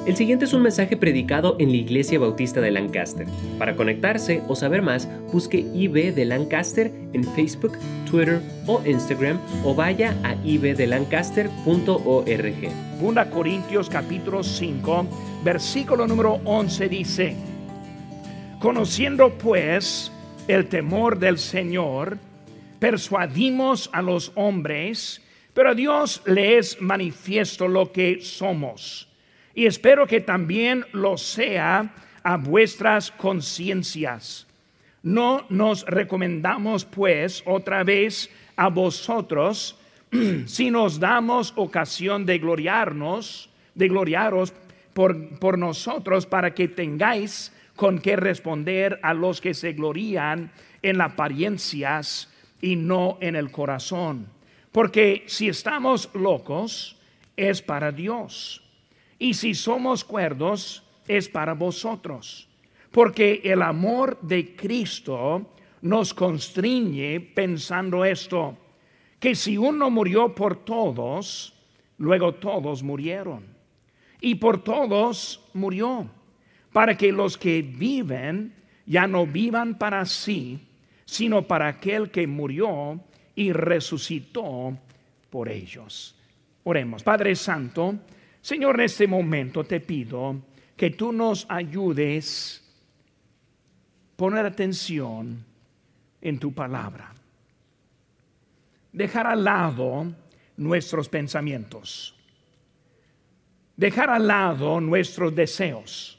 El siguiente es un mensaje predicado en la Iglesia Bautista de Lancaster. Para conectarse o saber más, busque IB de Lancaster en Facebook, Twitter o Instagram o vaya a ibdelancaster.org. 2 Corintios capítulo 5, versículo número 11 dice: Conociendo pues el temor del Señor, persuadimos a los hombres, pero a Dios le es manifiesto lo que somos. Y espero que también lo sea a vuestras conciencias. No nos recomendamos pues otra vez a vosotros, si nos damos ocasión de gloriaros por nosotros, para que tengáis con qué responder a los que se glorían en las apariencias y no en el corazón. Porque si estamos locos, es para Dios. Y si somos cuerdos, es para vosotros. Porque el amor de Cristo nos constriñe pensando esto: que si uno murió por todos, luego todos murieron. Y por todos murió, para que los que viven ya no vivan para sí, sino para aquel que murió y resucitó por ellos. Oremos. Padre Santo, Señor, en este momento te pido que tú nos ayudes a poner atención en tu palabra. Dejar al lado nuestros pensamientos. Dejar al lado nuestros deseos.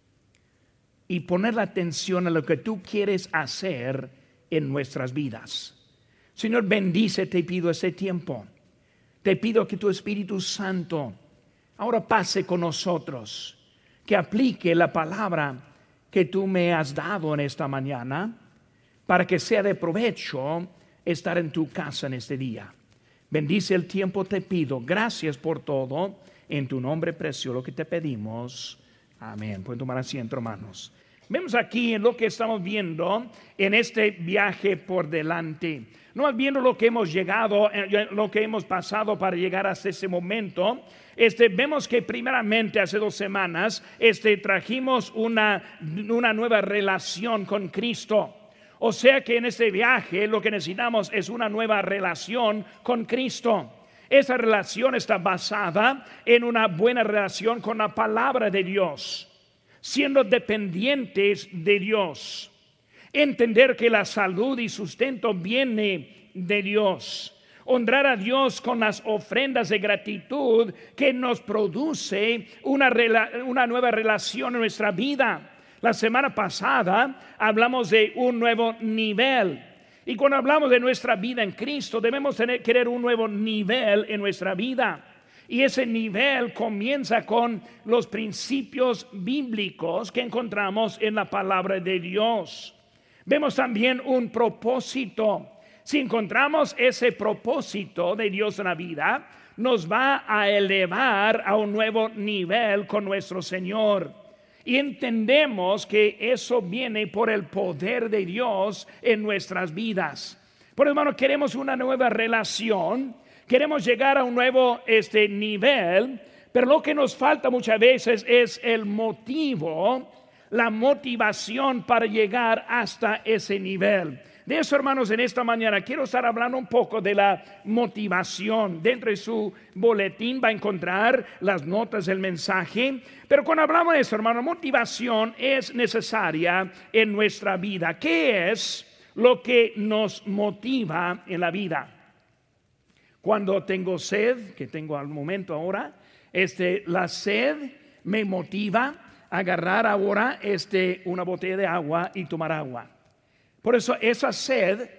Y poner la atención a lo que tú quieres hacer en nuestras vidas. Señor, bendice, te pido ese tiempo. Te pido que tu Espíritu Santo ahora pase con nosotros, que aplique la palabra que tú me has dado en esta mañana, para que sea de provecho estar en tu casa en este día. Bendice el tiempo, te pido. Gracias por todo. En tu nombre precioso lo que te pedimos. Amén. Pueden tomar asiento, hermanos. Vemos aquí en lo que estamos viendo en este viaje por delante. No viendo lo que hemos llegado, lo que hemos pasado para llegar hasta ese momento. Vemos que primeramente hace 2 semanas trajimos una nueva relación con Cristo. O sea que en este viaje lo que necesitamos es una nueva relación con Cristo. Esa relación está basada en una buena relación con la palabra de Dios, siendo dependientes de Dios. Entender que la salud y sustento viene de Dios. Honrar a Dios con las ofrendas de gratitud que nos produce una nueva relación en nuestra vida. La semana pasada hablamos de un nuevo nivel. Y cuando hablamos de nuestra vida en Cristo, debemos querer un nuevo nivel en nuestra vida. Y ese nivel comienza con los principios bíblicos que encontramos en la palabra de Dios. Vemos también un propósito. Si encontramos ese propósito de Dios en la vida, nos va a elevar a un nuevo nivel con nuestro Señor. Y entendemos que eso viene por el poder de Dios en nuestras vidas. Por eso, hermano, queremos una nueva relación. Queremos llegar a un nuevo nivel, pero lo que nos falta muchas veces es el motivo, la motivación para llegar hasta ese nivel. De eso, hermanos, en esta mañana quiero estar hablando un poco de la motivación. Dentro de su boletín va a encontrar las notas del mensaje. Pero cuando hablamos de eso, hermano, motivación es necesaria en nuestra vida. ¿Qué es lo que nos motiva en la vida? Cuando tengo sed, que tengo al momento ahora, la sed me motiva a agarrar ahora una botella de agua y tomar agua. Por eso esa sed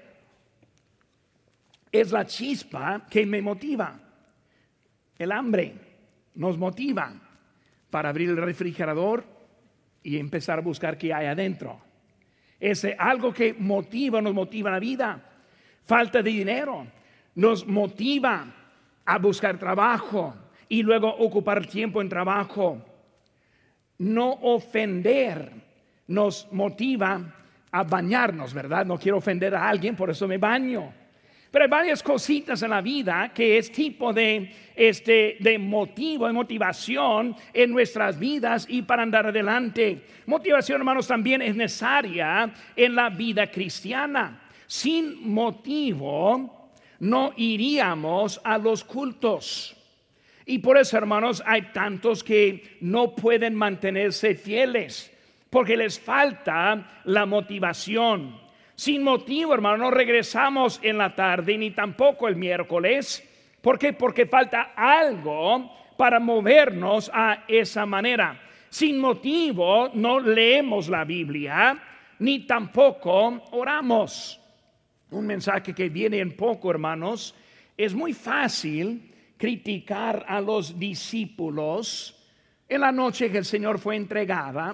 es la chispa que me motiva. El hambre nos motiva para abrir el refrigerador y empezar a buscar qué hay adentro. Es algo que nos motiva en la vida. Falta de dinero nos motiva a buscar trabajo y luego ocupar tiempo en trabajo. No ofender nos motiva a bañarnos, ¿verdad? No quiero ofender a alguien, por eso me baño. Pero hay varias cositas en la vida que es tipo de motivo, de motivación en nuestras vidas y para andar adelante. Motivación, hermanos, también es necesaria en la vida cristiana. Sin motivo no iríamos a los cultos. Y por eso, hermanos, hay tantos que no pueden mantenerse fieles porque les falta la motivación. Sin motivo, hermano, no regresamos en la tarde ni tampoco el miércoles. ¿Por qué? Porque falta algo para movernos a esa manera. Sin motivo no leemos la Biblia ni tampoco oramos. Un mensaje que viene en poco, hermanos. Es muy fácil criticar a los discípulos en la noche que el Señor fue entregado.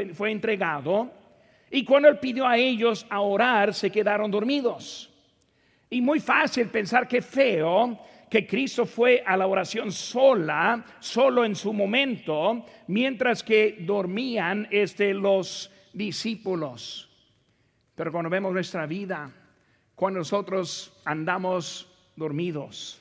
Y cuando Él pidió a ellos a orar, se quedaron dormidos. Y muy fácil pensar que feo que Cristo fue a la oración solo en su momento, mientras que dormían los discípulos. Pero cuando vemos nuestra vida, cuando nosotros andamos dormidos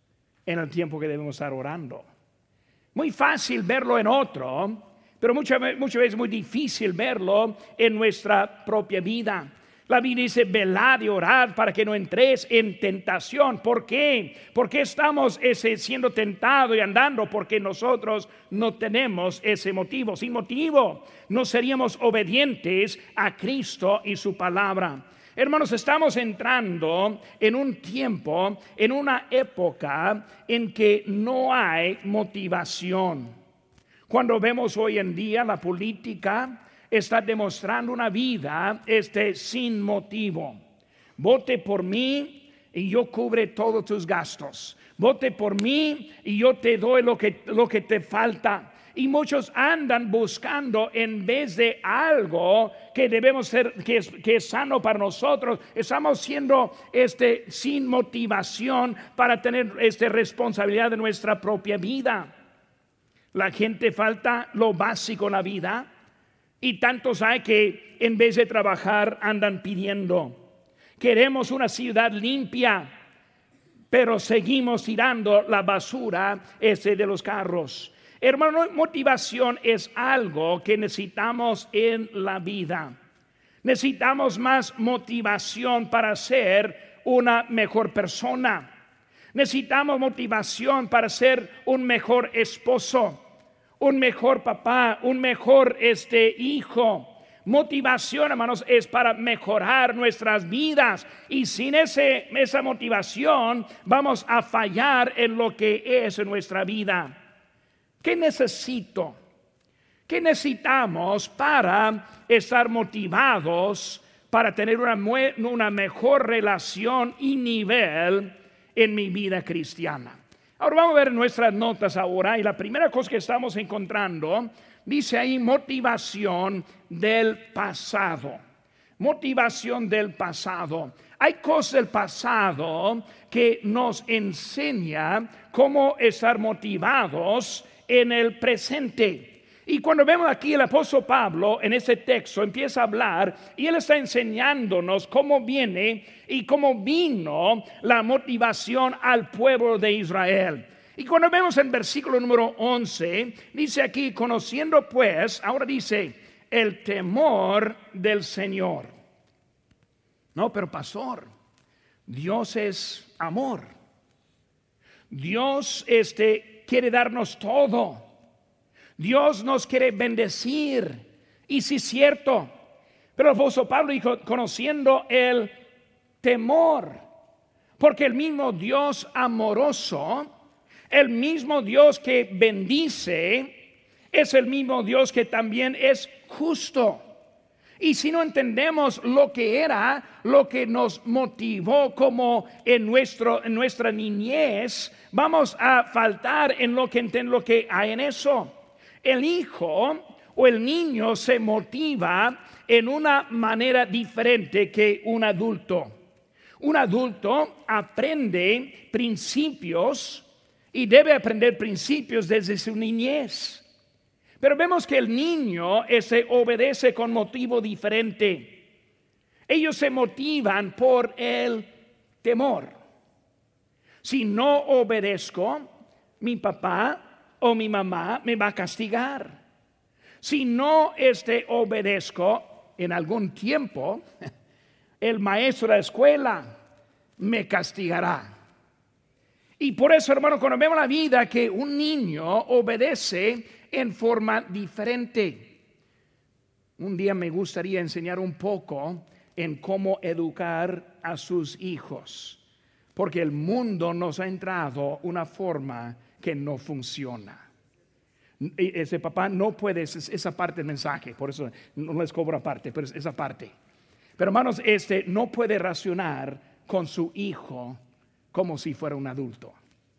en el tiempo que debemos estar orando, muy fácil verlo en otro, pero muchas veces muy difícil verlo en nuestra propia vida. La Biblia dice, velad y orad para que no entréis en tentación. ¿Por qué? Porque estamos siendo tentados y andando porque nosotros no tenemos ese motivo. Sin motivo no seríamos obedientes a Cristo y su palabra. Hermanos, estamos entrando en un tiempo, en una época en que no hay motivación. Cuando vemos hoy en día la política está demostrando una vida sin motivo. Vote por mí y yo cubre todos tus gastos. Vote por mí y yo te doy lo que te falta. Y muchos andan buscando en vez de algo que debemos ser, que es sano para nosotros. Estamos siendo sin motivación para tener responsabilidad de nuestra propia vida. La gente falta lo básico en la vida y tantos hay que en vez de trabajar andan pidiendo. Queremos una ciudad limpia, pero seguimos tirando la basura de los carros. Hermano, motivación es algo que necesitamos en la vida. Necesitamos más motivación para ser una mejor persona. Necesitamos motivación para ser un mejor esposo, un mejor papá, un mejor hijo. Motivación, hermanos, es para mejorar nuestras vidas. Y sin esa motivación vamos a fallar en lo que es en nuestra vida. ¿Qué necesito? ¿Qué necesitamos para estar motivados, para tener una mejor relación y nivel en mi vida cristiana? Ahora vamos a ver nuestras notas ahora, y la primera cosa que estamos encontrando dice ahí motivación del pasado. Motivación del pasado. Hay cosas del pasado que nos enseña cómo estar motivados en el presente. Y cuando vemos aquí el apóstol Pablo en ese texto empieza a hablar y él está enseñándonos cómo viene y cómo vino la motivación al pueblo de Israel. Y cuando vemos en versículo número 11, dice aquí, conociendo pues, ahora dice, el temor del Señor. No, pero pastor, Dios es amor. Dios quiere darnos todo. Dios nos quiere bendecir. Y sí es cierto. Pero el apóstol Pablo dijo, conociendo el temor. Porque el mismo Dios amoroso, el mismo Dios que bendice, es el mismo Dios que también es justo. Y si no entendemos lo que nos motivó como en nuestra niñez, vamos a faltar en lo que hay en eso. El hijo o el niño se motiva en una manera diferente que un adulto. Un adulto aprende principios y debe aprender principios desde su niñez. Pero vemos que el niño obedece con motivo diferente. Ellos se motivan por el temor. Si no obedezco, mi papá o mi mamá me va a castigar. Si no obedezco en algún tiempo, el maestro de la escuela me castigará. Y por eso, hermano, cuando vemos la vida que un niño obedece en forma diferente. Un día me gustaría enseñar un poco en cómo educar a sus hijos, porque el mundo nos ha entrado una forma que no funciona. Ese papá no puede, esa parte del mensaje, por eso no les cobro aparte, pero esa parte. Pero hermanos, no puede racionar con su hijo como si fuera un adulto.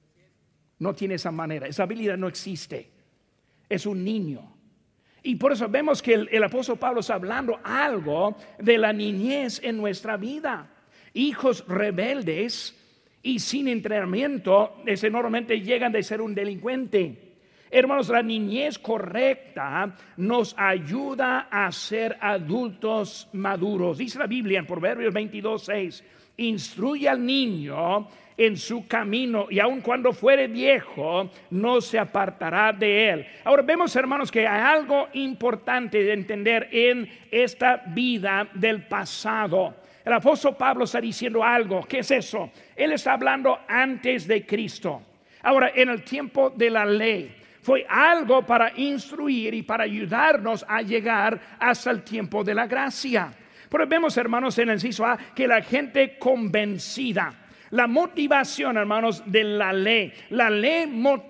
No tiene esa manera, esa habilidad no existe. Es un niño. Y por eso vemos que el apóstol Pablo está hablando algo de la niñez en nuestra vida. Hijos rebeldes y sin entrenamiento, normalmente llegan de ser un delincuente. Hermanos, la niñez correcta nos ayuda a ser adultos maduros. Dice la Biblia en Proverbios 22:6, instruye al niño en su camino y aun cuando fuere viejo no se apartará de él. Ahora vemos, hermanos, que hay algo importante de entender en esta vida del pasado. El apóstol Pablo está diciendo algo. ¿Qué es eso? Él está hablando antes de Cristo. Ahora, en el tiempo de la ley fue algo para instruir y para ayudarnos a llegar hasta el tiempo de la gracia. Pero vemos, hermanos, en el inciso A que la gente convencida, la motivación, hermanos, de la ley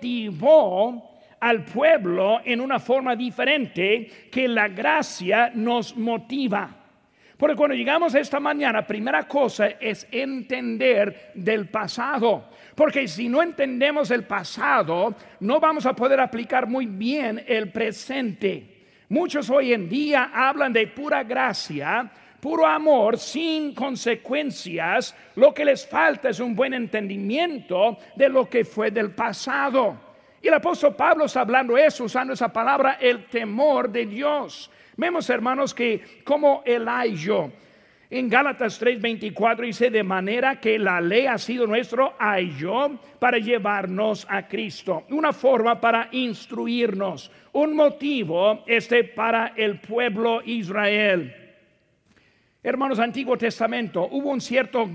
motivó al pueblo en una forma diferente que la gracia nos motiva. Porque cuando llegamos esta mañana, primera cosa es entender del pasado. Porque si no entendemos el pasado, no vamos a poder aplicar muy bien el presente. Muchos hoy en día hablan de pura gracia, puro amor, sin consecuencias. Lo que les falta es un buen entendimiento de lo que fue del pasado. Y el apóstol Pablo está hablando eso, usando esa palabra, el temor de Dios. Vemos, hermanos, que como Elijah en Gálatas 3:24 dice, de manera que la ley ha sido nuestro ayo para llevarnos a Cristo. Una forma para instruirnos, un motivo para el pueblo Israel. Hermanos, Antiguo Testamento, hubo un cierto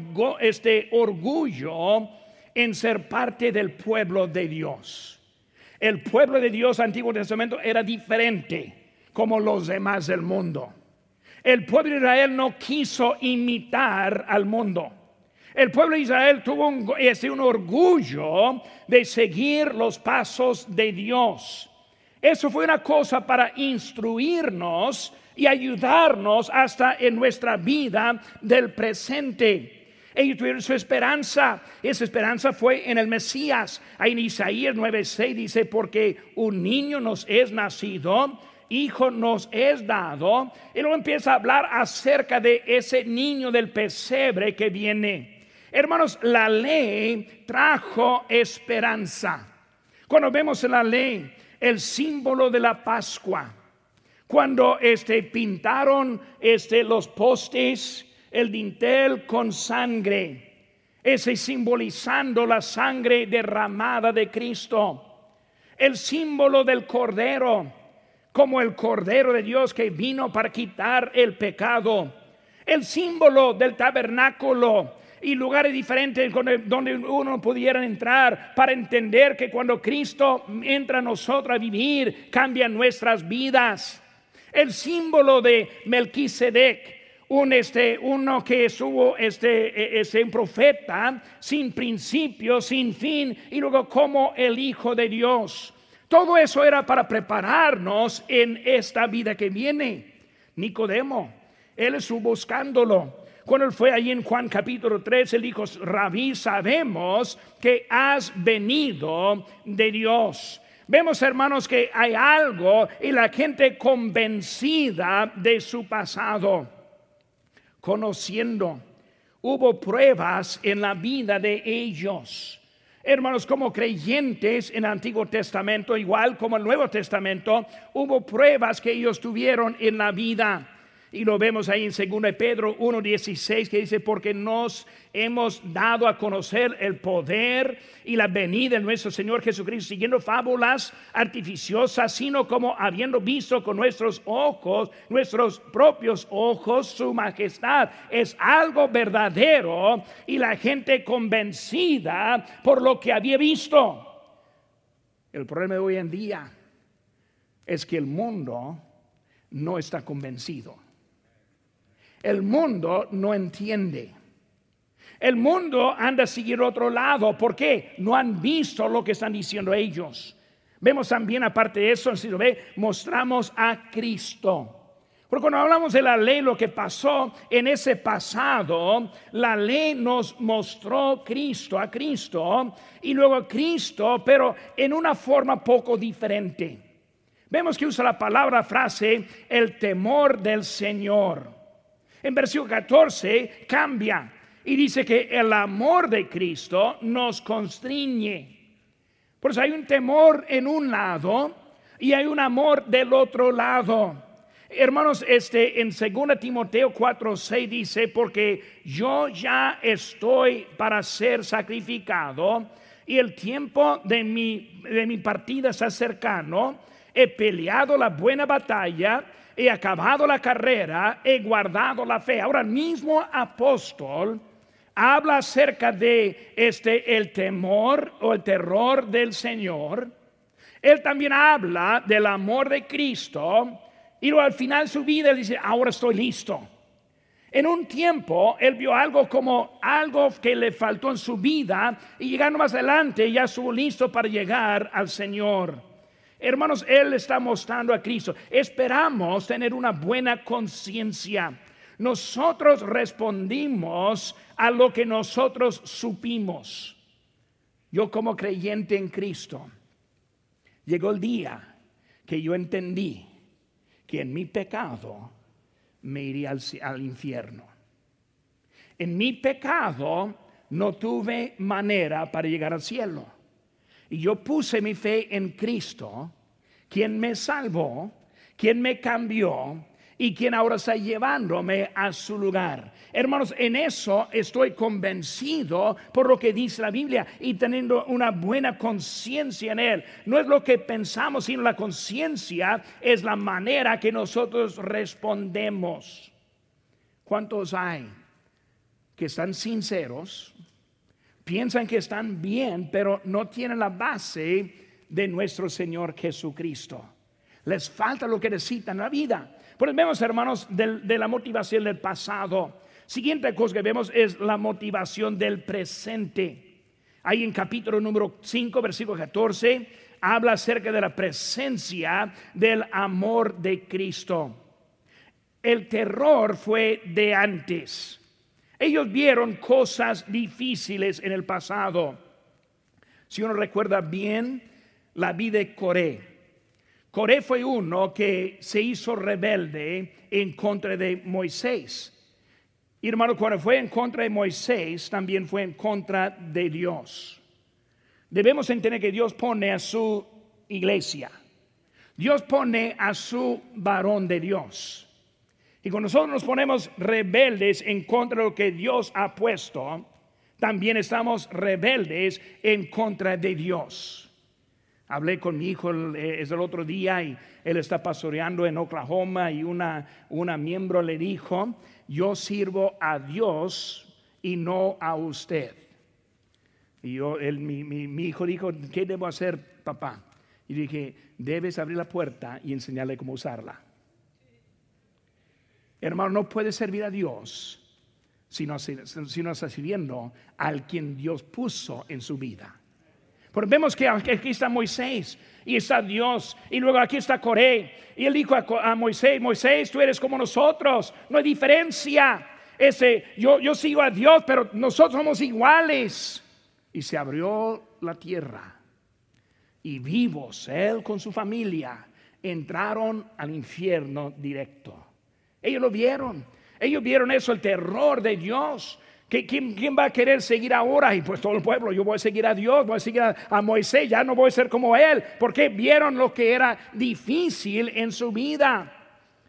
orgullo en ser parte del pueblo de Dios. El pueblo de Dios, Antiguo Testamento, era diferente como los demás del mundo. El pueblo de Israel no quiso imitar al mundo. El pueblo de Israel tuvo un orgullo de seguir los pasos de Dios. Eso fue una cosa para instruirnos y ayudarnos hasta en nuestra vida del presente. Ellos tuvieron su esperanza. Esa esperanza fue en el Mesías. Ahí en Isaías 9:6 dice, porque un niño nos es nacido, hijo nos es dado. Y luego empieza a hablar acerca de ese niño del pesebre que viene. Hermanos, la ley trajo esperanza. Cuando vemos en la ley el símbolo de la Pascua, cuando pintaron los postes, el dintel con sangre, ese simbolizando la sangre derramada de Cristo. El símbolo del Cordero, como el Cordero de Dios que vino para quitar el pecado. El símbolo del tabernáculo y lugares diferentes donde uno pudiera entrar para entender que cuando Cristo entra a nosotros a vivir, cambian nuestras vidas. El símbolo de Melquisedec, uno que estuvo un profeta sin principio, sin fin, y luego como el Hijo de Dios. Todo eso era para prepararnos en esta vida que viene. Nicodemo, él estuvo buscándolo. Cuando él fue allí en Juan capítulo 3, él dijo, Rabí, sabemos que has venido de Dios. Vemos, hermanos, que hay algo y la gente convencida de su pasado, conociendo. Hubo pruebas en la vida de ellos. Hermanos, como creyentes en el Antiguo Testamento, igual como el Nuevo Testamento, hubo pruebas que ellos tuvieron en la vida. Y lo vemos ahí en 2 Pedro 1:16 que dice: porque nos hemos dado a conocer el poder y la venida de nuestro Señor Jesucristo, siguiendo fábulas artificiosas, sino como habiendo visto con nuestros ojos, nuestros propios ojos, su majestad. Es algo verdadero y la gente convencida por lo que había visto. El problema de hoy en día es que el mundo no está convencido. El mundo no entiende. El mundo anda a seguir otro lado. ¿Por qué? No han visto lo que están diciendo ellos. Vemos también, aparte de eso, si lo ve, mostramos a Cristo. Porque cuando hablamos de la ley, lo que pasó en ese pasado, la ley nos mostró a Cristo, y luego Cristo, pero en una forma poco diferente. Vemos que usa la frase, el temor del Señor. En versículo 14 cambia y dice que el amor de Cristo nos constriñe. Por eso hay un temor en un lado y hay un amor del otro lado. Hermanos, en 2 Timoteo 4:6 dice: porque yo ya estoy para ser sacrificado y el tiempo de mi partida está cercano. He peleado la buena batalla, he acabado la carrera, he guardado la fe. Ahora, el mismo apóstol habla acerca de el temor o el terror del Señor. Él también habla del amor de Cristo, y luego al final de su vida él dice: ahora estoy listo. En un tiempo él vio algo que le faltó en su vida, y llegando más adelante ya estuvo listo para llegar al Señor. Hermanos, Él está mostrando a Cristo. Esperamos tener una buena conciencia. Nosotros respondimos a lo que nosotros supimos. Yo, como creyente en Cristo, llegó el día que yo entendí que en mi pecado me iría al infierno. En mi pecado no tuve manera para llegar al cielo. Y yo puse mi fe en Cristo, quien me salvó, quien me cambió y quien ahora está llevándome a su lugar. Hermanos, en eso estoy convencido por lo que dice la Biblia y teniendo una buena conciencia en Él. No es lo que pensamos, sino la conciencia es la manera que nosotros respondemos. ¿Cuántos hay que están sinceros? Piensan que están bien, pero no tienen la base de nuestro Señor Jesucristo. Les falta lo que necesitan en la vida. Pues vemos, hermanos, de la motivación del pasado. Siguiente cosa que vemos es la motivación del presente. Ahí en capítulo número 5, versículo 14, habla acerca de la presencia del amor de Cristo. El terror fue de antes. Ellos vieron cosas difíciles en el pasado. Si uno recuerda bien la vida de Coré. Coré fue uno que se hizo rebelde en contra de Moisés. Y hermano, cuando fue en contra de Moisés, también fue en contra de Dios. Debemos entender que Dios pone a su iglesia. Dios pone a su varón de Dios. Y cuando nosotros nos ponemos rebeldes en contra de lo que Dios ha puesto, también estamos rebeldes en contra de Dios. Hablé con mi hijo el otro día y él está pastoreando en Oklahoma y una miembro le dijo: yo sirvo a Dios y no a usted. Y mi hijo dijo: ¿qué debo hacer, papá? Y dije: debes abrir la puerta y enseñarle cómo usarla. Hermano, no puede servir a Dios si no está sirviendo al quien Dios puso en su vida. Porque vemos que aquí está Moisés y está Dios, y luego aquí está Coré, y él dijo a Moisés: Moisés, tú eres como nosotros, no hay diferencia. Yo sigo a Dios, pero nosotros somos iguales. Y se abrió la tierra y vivos, él con su familia, entraron al infierno directo. Ellos lo vieron. Ellos vieron eso, el terror de Dios. ¿Quién va a querer seguir ahora? Y pues todo el pueblo: yo voy a seguir a Dios, voy a seguir a Moisés, ya no voy a ser como él. Porque vieron lo que era difícil en su vida.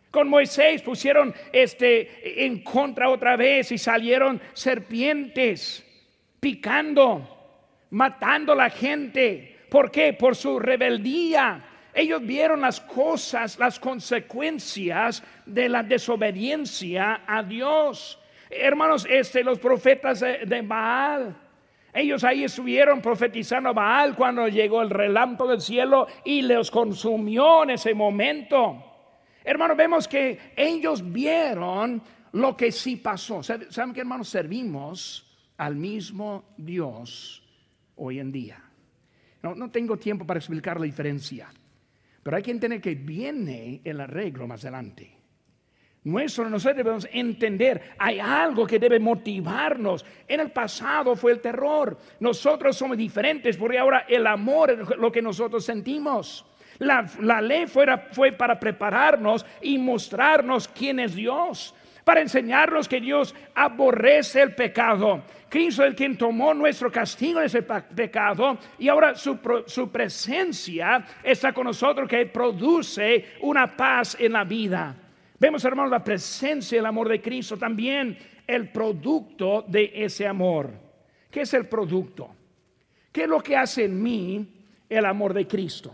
Con Moisés pusieron en contra otra vez y salieron serpientes picando, matando a la gente. ¿Por qué? Por su rebeldía. Ellos vieron las cosas, las consecuencias de la desobediencia a Dios. Hermanos, los profetas de Baal, ellos ahí estuvieron profetizando a Baal cuando llegó el relámpago del cielo y los consumió en ese momento. Hermanos, vemos que ellos vieron lo que sí pasó. ¿Saben qué, hermanos? Servimos al mismo Dios hoy en día. No tengo tiempo para explicar la diferencia, pero hay que entender que viene el arreglo más adelante. Nosotros debemos entender, hay algo que debe motivarnos. En el pasado fue el terror. Nosotros somos diferentes porque ahora el amor es lo que nosotros sentimos. La ley fue para prepararnos y mostrarnos quién es Dios, para enseñarnos que Dios aborrece el pecado. Cristo es el quien tomó nuestro castigo de ese pecado, y ahora su presencia está con nosotros, que produce una paz en la vida. Vemos, hermanos, la presencia y el amor de Cristo, también el producto de ese amor. ¿Qué es el producto? ¿Qué es lo que hace en mí el amor de Cristo?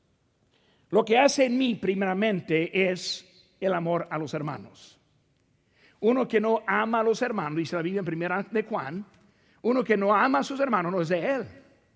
Lo que hace en mí primeramente es el amor a los hermanos. Uno que no ama a los hermanos, dice la Biblia en 1 de Juan, uno que no ama a sus hermanos no es de él.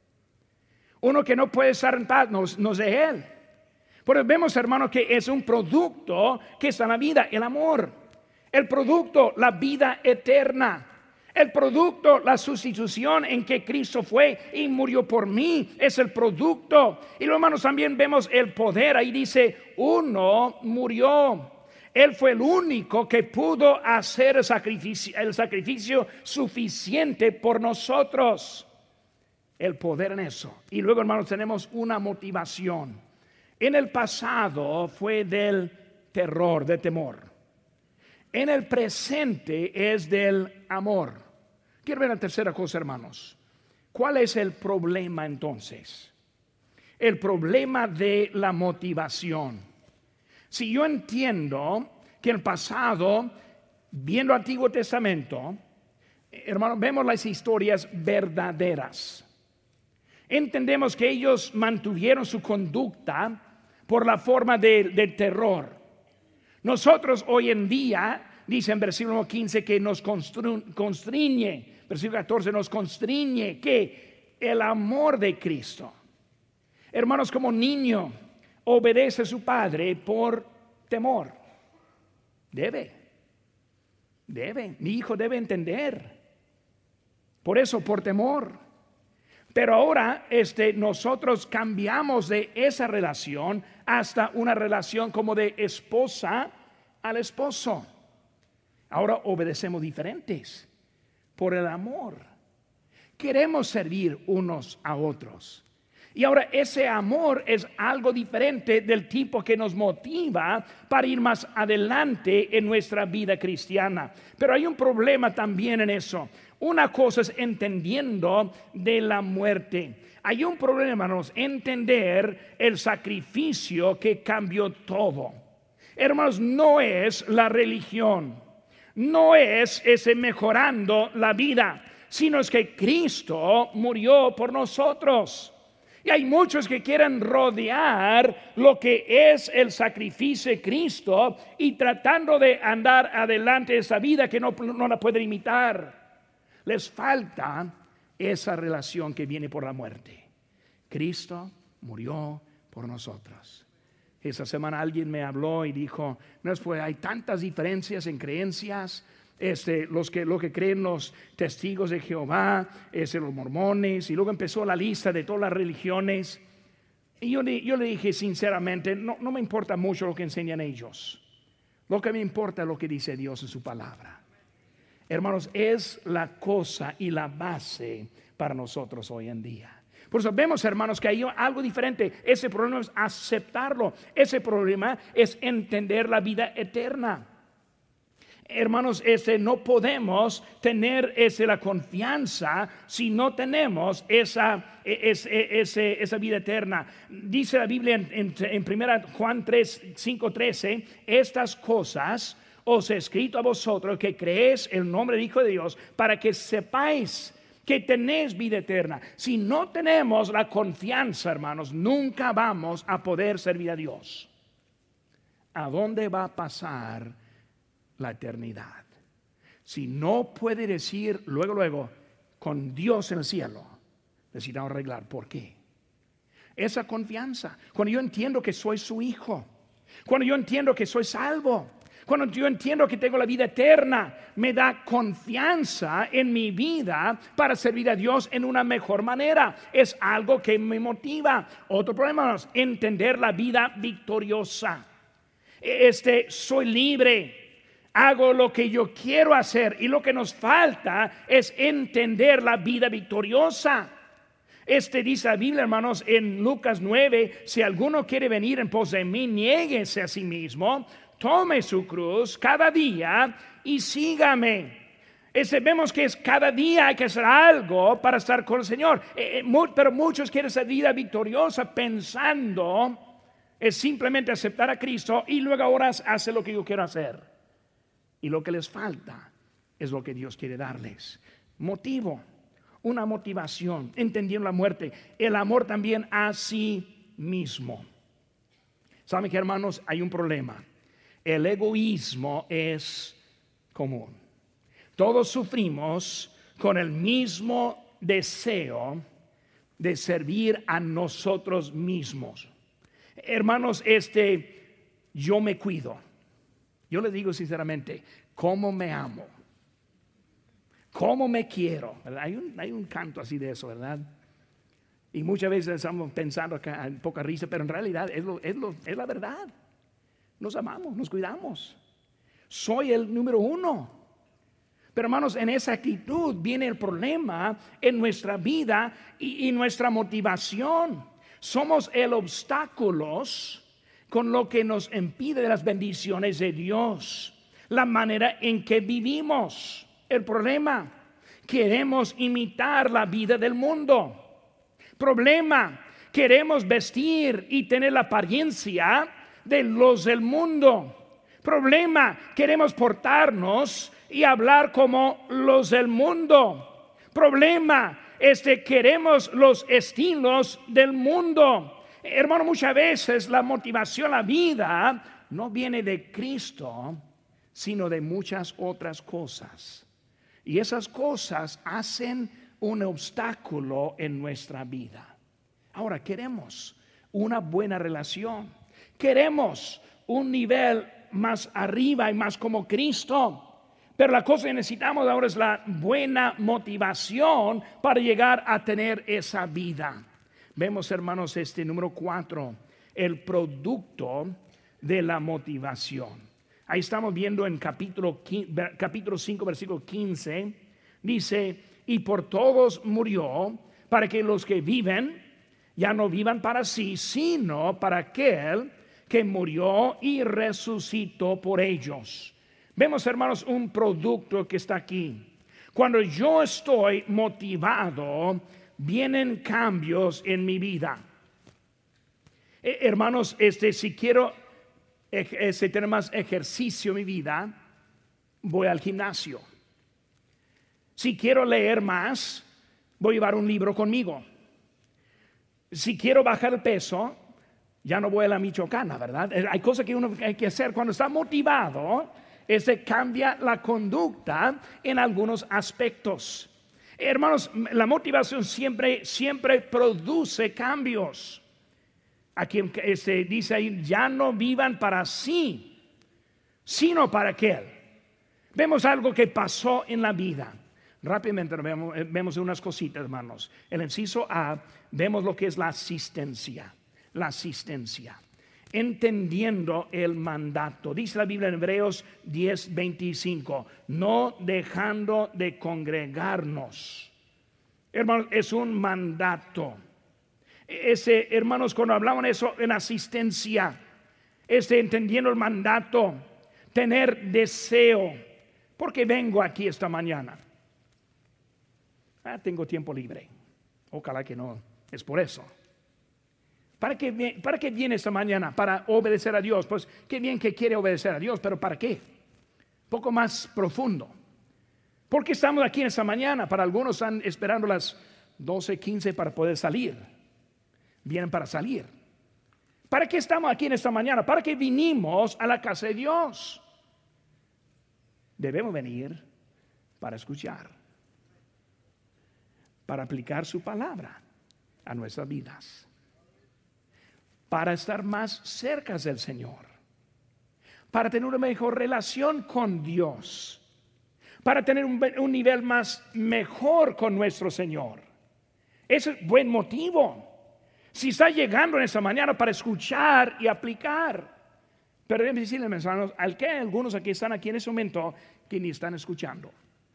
Uno que no puede estar en paz no es de él. Pero vemos, hermanos, que es un producto que está en la vida, el amor. El producto, la vida eterna. El producto, la sustitución en que Cristo fue y murió por mí, es el producto. Y luego, hermanos, también vemos el poder. Ahí dice, uno murió. Él fue el único que pudo hacer el sacrificio suficiente por nosotros. El poder en eso. Y luego, hermanos, tenemos una motivación. En el pasado fue del terror, del temor. En el presente es del amor. Quiero ver la tercera cosa, hermanos. ¿Cuál es el problema entonces? El problema de la motivación. Si yo entiendo que en el pasado, viendo el Antiguo Testamento, hermanos, vemos las historias verdaderas. Entendemos que ellos mantuvieron su conducta por la forma del terror. Nosotros hoy en día, dice en versículo 15, que nos constriñe. Versículo 14, nos constriñe que el amor de Cristo. Hermanos, como niño obedece a su padre por temor. Debe. Mi hijo debe entender. Por eso, por temor. Pero ahora nosotros cambiamos de esa relación hasta una relación como de esposa al esposo. Ahora obedecemos diferentes por el amor. Queremos servir unos a otros. Y ahora ese amor es algo diferente del tipo que nos motiva para ir más adelante en nuestra vida cristiana. Pero hay un problema también en eso. Una cosa es entendiendo de la muerte. Hay un problema, hermanos, entender el sacrificio que cambió todo. Hermanos, no es la religión, no es ese mejorando la vida, sino es que Cristo murió por nosotros. Y hay muchos que quieren rodear lo que es el sacrificio de Cristo y tratando de andar adelante esa vida que no la pueden imitar. Les falta esa relación que viene por la muerte. Cristo murió por nosotros. Esa semana alguien me habló y dijo, hay tantas diferencias en creencias. Lo que creen los testigos de Jehová, los mormones, y luego empezó la lista de todas las religiones. Y yo le dije sinceramente, no me importa mucho lo que enseñan ellos. Lo que me importa es lo que dice Dios en su palabra. Hermanos, es la cosa y la base para nosotros hoy en día. Por eso vemos, hermanos, que hay algo diferente. Ese problema es aceptarlo. Ese problema es entender la vida eterna. Hermanos, no podemos tener la confianza si no tenemos esa vida eterna. Dice la Biblia en 1 Juan 5:13, estas cosas os he escrito a vosotros que creéis el nombre del Hijo de Dios, para que sepáis que tenéis vida eterna. Si no tenemos la confianza, hermanos, nunca vamos a poder servir a Dios. ¿A dónde va a pasar la eternidad? Si no puede decir luego con Dios en el cielo, necesitamos arreglar. ¿Por qué? Esa confianza, cuando yo entiendo que soy su hijo, cuando yo entiendo que soy salvo, cuando yo entiendo que tengo la vida eterna, me da confianza en mi vida para servir a Dios en una mejor manera. Es algo que me motiva. Otro problema es entender la vida victoriosa. Soy libre, hago lo que yo quiero hacer, y lo que nos falta es entender la vida victoriosa. Dice la Biblia, hermanos, en Lucas 9, si alguno quiere venir en pos de mí, niéguese a sí mismo, tome su cruz cada día y sígame. Vemos que es cada día hay que hacer algo para estar con el Señor. Pero muchos quieren esa vida victoriosa pensando es simplemente aceptar a Cristo y luego ahora hace lo que yo quiero hacer. Y lo que les falta es lo que Dios quiere darles. Motivo, una motivación, entendiendo la muerte, el amor también a sí mismo. ¿Saben qué, hermanos? Hay un problema. El egoísmo es común. Todos sufrimos con el mismo deseo de servir a nosotros mismos. Hermanos, yo me cuido. Yo les digo sinceramente, ¿cómo me amo? ¿Cómo me quiero? ¿Verdad? Hay un canto así de eso, ¿verdad? Y muchas veces estamos pensando acá en poca risa, pero en realidad es la verdad. Nos amamos, nos cuidamos. Soy el número uno. Pero hermanos, en esa actitud viene el problema en nuestra vida y nuestra motivación. Somos el obstáculo con lo que nos impide de las bendiciones de Dios, la manera en que vivimos. El problema, queremos imitar la vida del mundo. Problema, queremos vestir y tener la apariencia de los del mundo. Problema, queremos portarnos y hablar como los del mundo. Problema, queremos los estilos del mundo. Hermano, muchas veces la motivación a la vida no viene de Cristo, sino de muchas otras cosas. Y esas cosas hacen un obstáculo en nuestra vida. Ahora, queremos una buena relación. Queremos un nivel más arriba y más como Cristo. Pero la cosa que necesitamos ahora es la buena motivación para llegar a tener esa vida. Vemos, hermanos, número 4, el producto de la motivación. Ahí estamos viendo en capítulo 5, versículo 15. Dice, y por todos murió, para que los que viven ya no vivan para sí, sino para aquel que murió y resucitó por ellos. Vemos, hermanos, un producto que está aquí. Cuando yo estoy motivado, vienen cambios en mi vida. Hermanos, si quiero tener más ejercicio en mi vida, voy al gimnasio. Si quiero leer más, voy a llevar un libro conmigo. Si quiero bajar el peso, ya no voy a la Michoacana, ¿verdad? Hay cosas que uno hay que hacer cuando está motivado. Cambia la conducta en algunos aspectos. Hermanos, la motivación siempre produce cambios. Aquí dice ahí, ya no vivan para sí, sino para aquel. Vemos algo que pasó en la vida. Rápidamente vemos unas cositas, hermanos. El inciso A, vemos lo que es la asistencia. La asistencia. Entendiendo el mandato. Dice la Biblia en Hebreos 10:25, no dejando de congregarnos. Hermanos, es un mandato. Hermanos, cuando hablamos de eso en asistencia, entendiendo el mandato, tener deseo, ¿Por qué vengo aquí esta mañana? Tengo tiempo libre. Ojalá que no es por eso. ¿Para qué viene esta mañana? Para obedecer a Dios. Pues qué bien que quiere obedecer a Dios, pero ¿para qué? Poco más profundo. ¿Por qué estamos aquí esta mañana? Para algunos están esperando las 12:15 para poder salir. Vienen para salir. ¿Para qué estamos aquí en esta mañana? ¿Para qué vinimos a la casa de Dios? Debemos venir para escuchar, para aplicar su palabra a nuestras vidas, para estar más cerca del Señor, para tener una mejor relación con Dios, para tener un nivel más mejor con nuestro Señor. Ese es buen motivo. Si está llegando en esta mañana para escuchar y aplicar. Pero déjenme decirles, hermanos, al que algunos aquí están aquí en ese momento que ni están escuchando.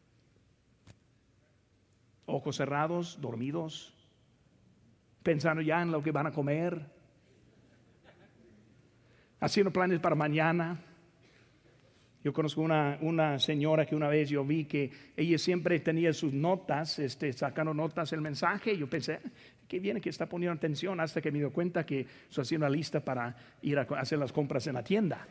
Ojos cerrados, dormidos, pensando ya en lo que van a comer, haciendo planes para mañana. Yo conozco una señora que una vez yo vi que ella siempre tenía sus notas, sacando notas el mensaje. Yo pensé, qué bien que está poniendo atención, hasta que me dio cuenta que se hacía una lista para ir a hacer las compras en la tienda.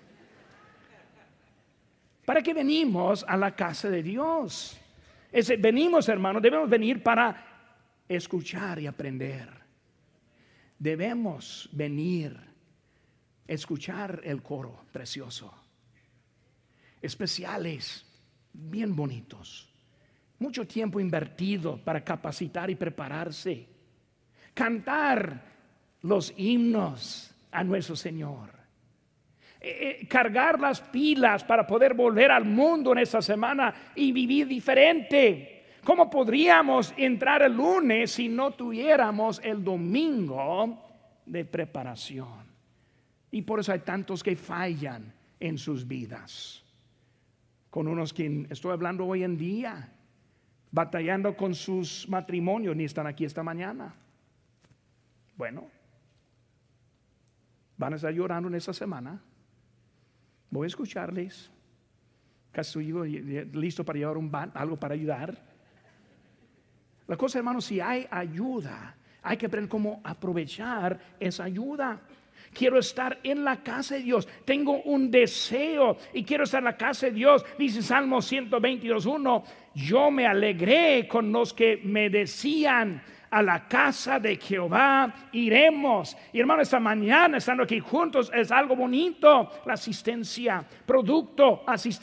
¿Para qué venimos a la casa de Dios? Venimos, hermanos, debemos venir para escuchar y aprender. Debemos venir a escuchar el coro precioso. Especiales, bien bonitos, mucho tiempo invertido para capacitar y prepararse, cantar los himnos a nuestro Señor, cargar las pilas para poder volver al mundo en esta semana y vivir diferente. ¿Cómo podríamos entrar el lunes si no tuviéramos el domingo de preparación? Y por eso hay tantos que fallan en sus vidas. Con unos que estoy hablando hoy en día, batallando con sus matrimonios, ni están aquí esta mañana. Bueno, van a estar llorando en esta semana. Voy a escucharles. Casi estoy listo para llevar algo para ayudar. La cosa, hermanos, si hay ayuda, hay que aprender cómo aprovechar esa ayuda. Quiero estar en la casa de Dios. Tengo un deseo y quiero estar en la casa de Dios. Dice Salmo 122:1: yo me alegré con los que me decían, a la casa de Jehová iremos. Y hermano, esta mañana estando aquí juntos es algo bonito. La asistencia, producto,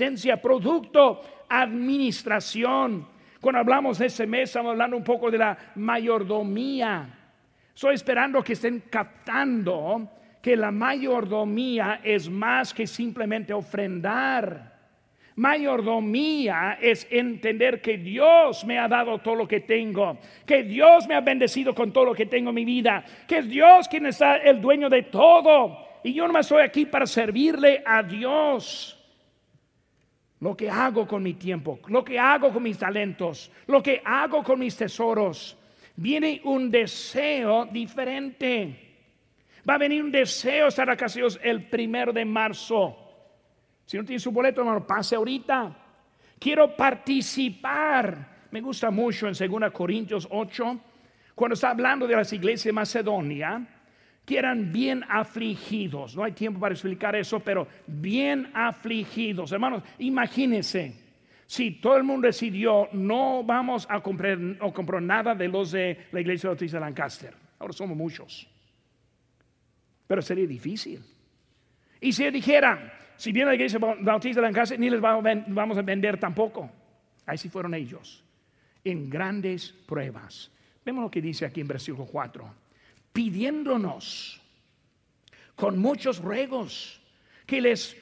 administración. Cuando hablamos de ese mes, estamos hablando un poco de la mayordomía. Estoy esperando que estén captando que la mayordomía es más que simplemente ofrendar. Mayordomía es entender que Dios me ha dado todo lo que tengo, que Dios me ha bendecido con todo lo que tengo en mi vida, que es Dios quien está el dueño de todo, y yo nomás estoy aquí para servirle a Dios. Lo que hago con mi tiempo, lo que hago con mis talentos, lo que hago con mis tesoros, viene un deseo diferente. Va a venir un deseo estar a casa de Dios el 1 de marzo. Si no tiene su boleto, hermano, pase ahorita. Quiero participar. Me gusta mucho en 2 Corintios 8, cuando está hablando de las iglesias de Macedonia, que eran bien afligidos. No hay tiempo para explicar eso, pero bien afligidos. Hermanos, imagínense, si todo el mundo decidió no vamos a comprar nada de los de la iglesia bautista de Lancaster. Ahora somos muchos. Pero sería difícil. Y si dijeran, si viene la iglesia bautista de Lancaster, ni les vamos a vender tampoco. Ahí sí fueron ellos, en grandes pruebas. Vemos lo que dice aquí en versículo 4: pidiéndonos con muchos ruegos que les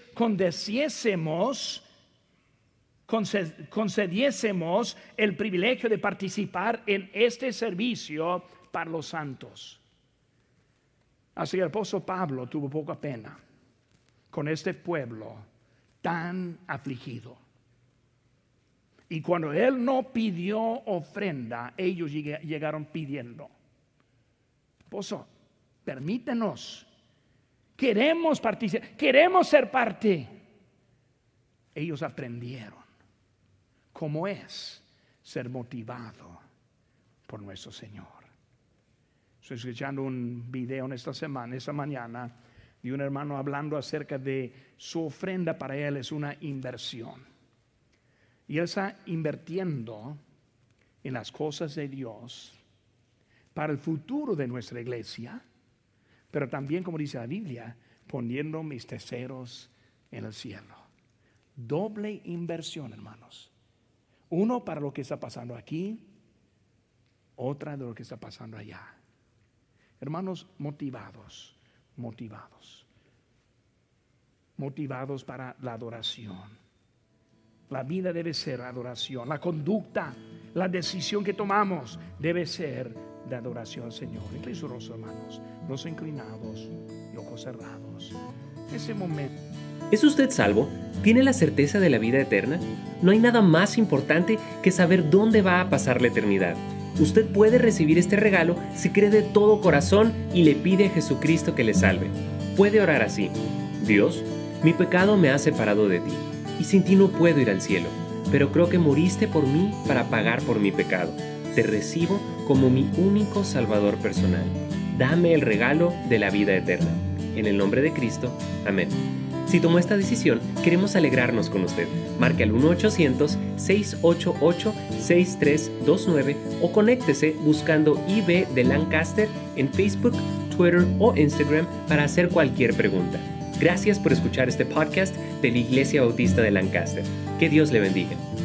concediésemos el privilegio de participar en este servicio para los santos. Así el apóstol Pablo tuvo poca pena con este pueblo tan afligido. Y cuando él no pidió ofrenda, ellos llegaron pidiendo. Apóstol, permítenos. Queremos participar, queremos ser parte. Ellos aprendieron cómo es ser motivado por nuestro Señor. Estoy escuchando un video esta mañana, de un hermano hablando acerca de su ofrenda. Para él es una inversión. Y él está invirtiendo en las cosas de Dios para el futuro de nuestra iglesia, pero también, como dice la Biblia, poniendo mis tesoros en el cielo. Doble inversión, hermanos. Uno para lo que está pasando aquí, otra de lo que está pasando allá. Hermanos, motivados para la adoración. La vida debe ser adoración. La conducta, la decisión que tomamos debe ser de adoración al Señor. Incline su rostro, hermanos, los inclinados y ojos cerrados. Ese momento. ¿Es usted salvo? ¿Tiene la certeza de la vida eterna? No hay nada más importante que saber dónde va a pasar la eternidad. Usted puede recibir este regalo si cree de todo corazón y le pide a Jesucristo que le salve. Puede orar así: Dios, mi pecado me ha separado de ti, y sin ti no puedo ir al cielo, pero creo que moriste por mí para pagar por mi pecado. Te recibo como mi único Salvador personal. Dame el regalo de la vida eterna. En el nombre de Cristo. Amén. Si tomó esta decisión, queremos alegrarnos con usted. Marque al 1-800-688-6329 o conéctese buscando IB de Lancaster en Facebook, Twitter o Instagram para hacer cualquier pregunta. Gracias por escuchar este podcast de la Iglesia Bautista de Lancaster. Que Dios le bendiga.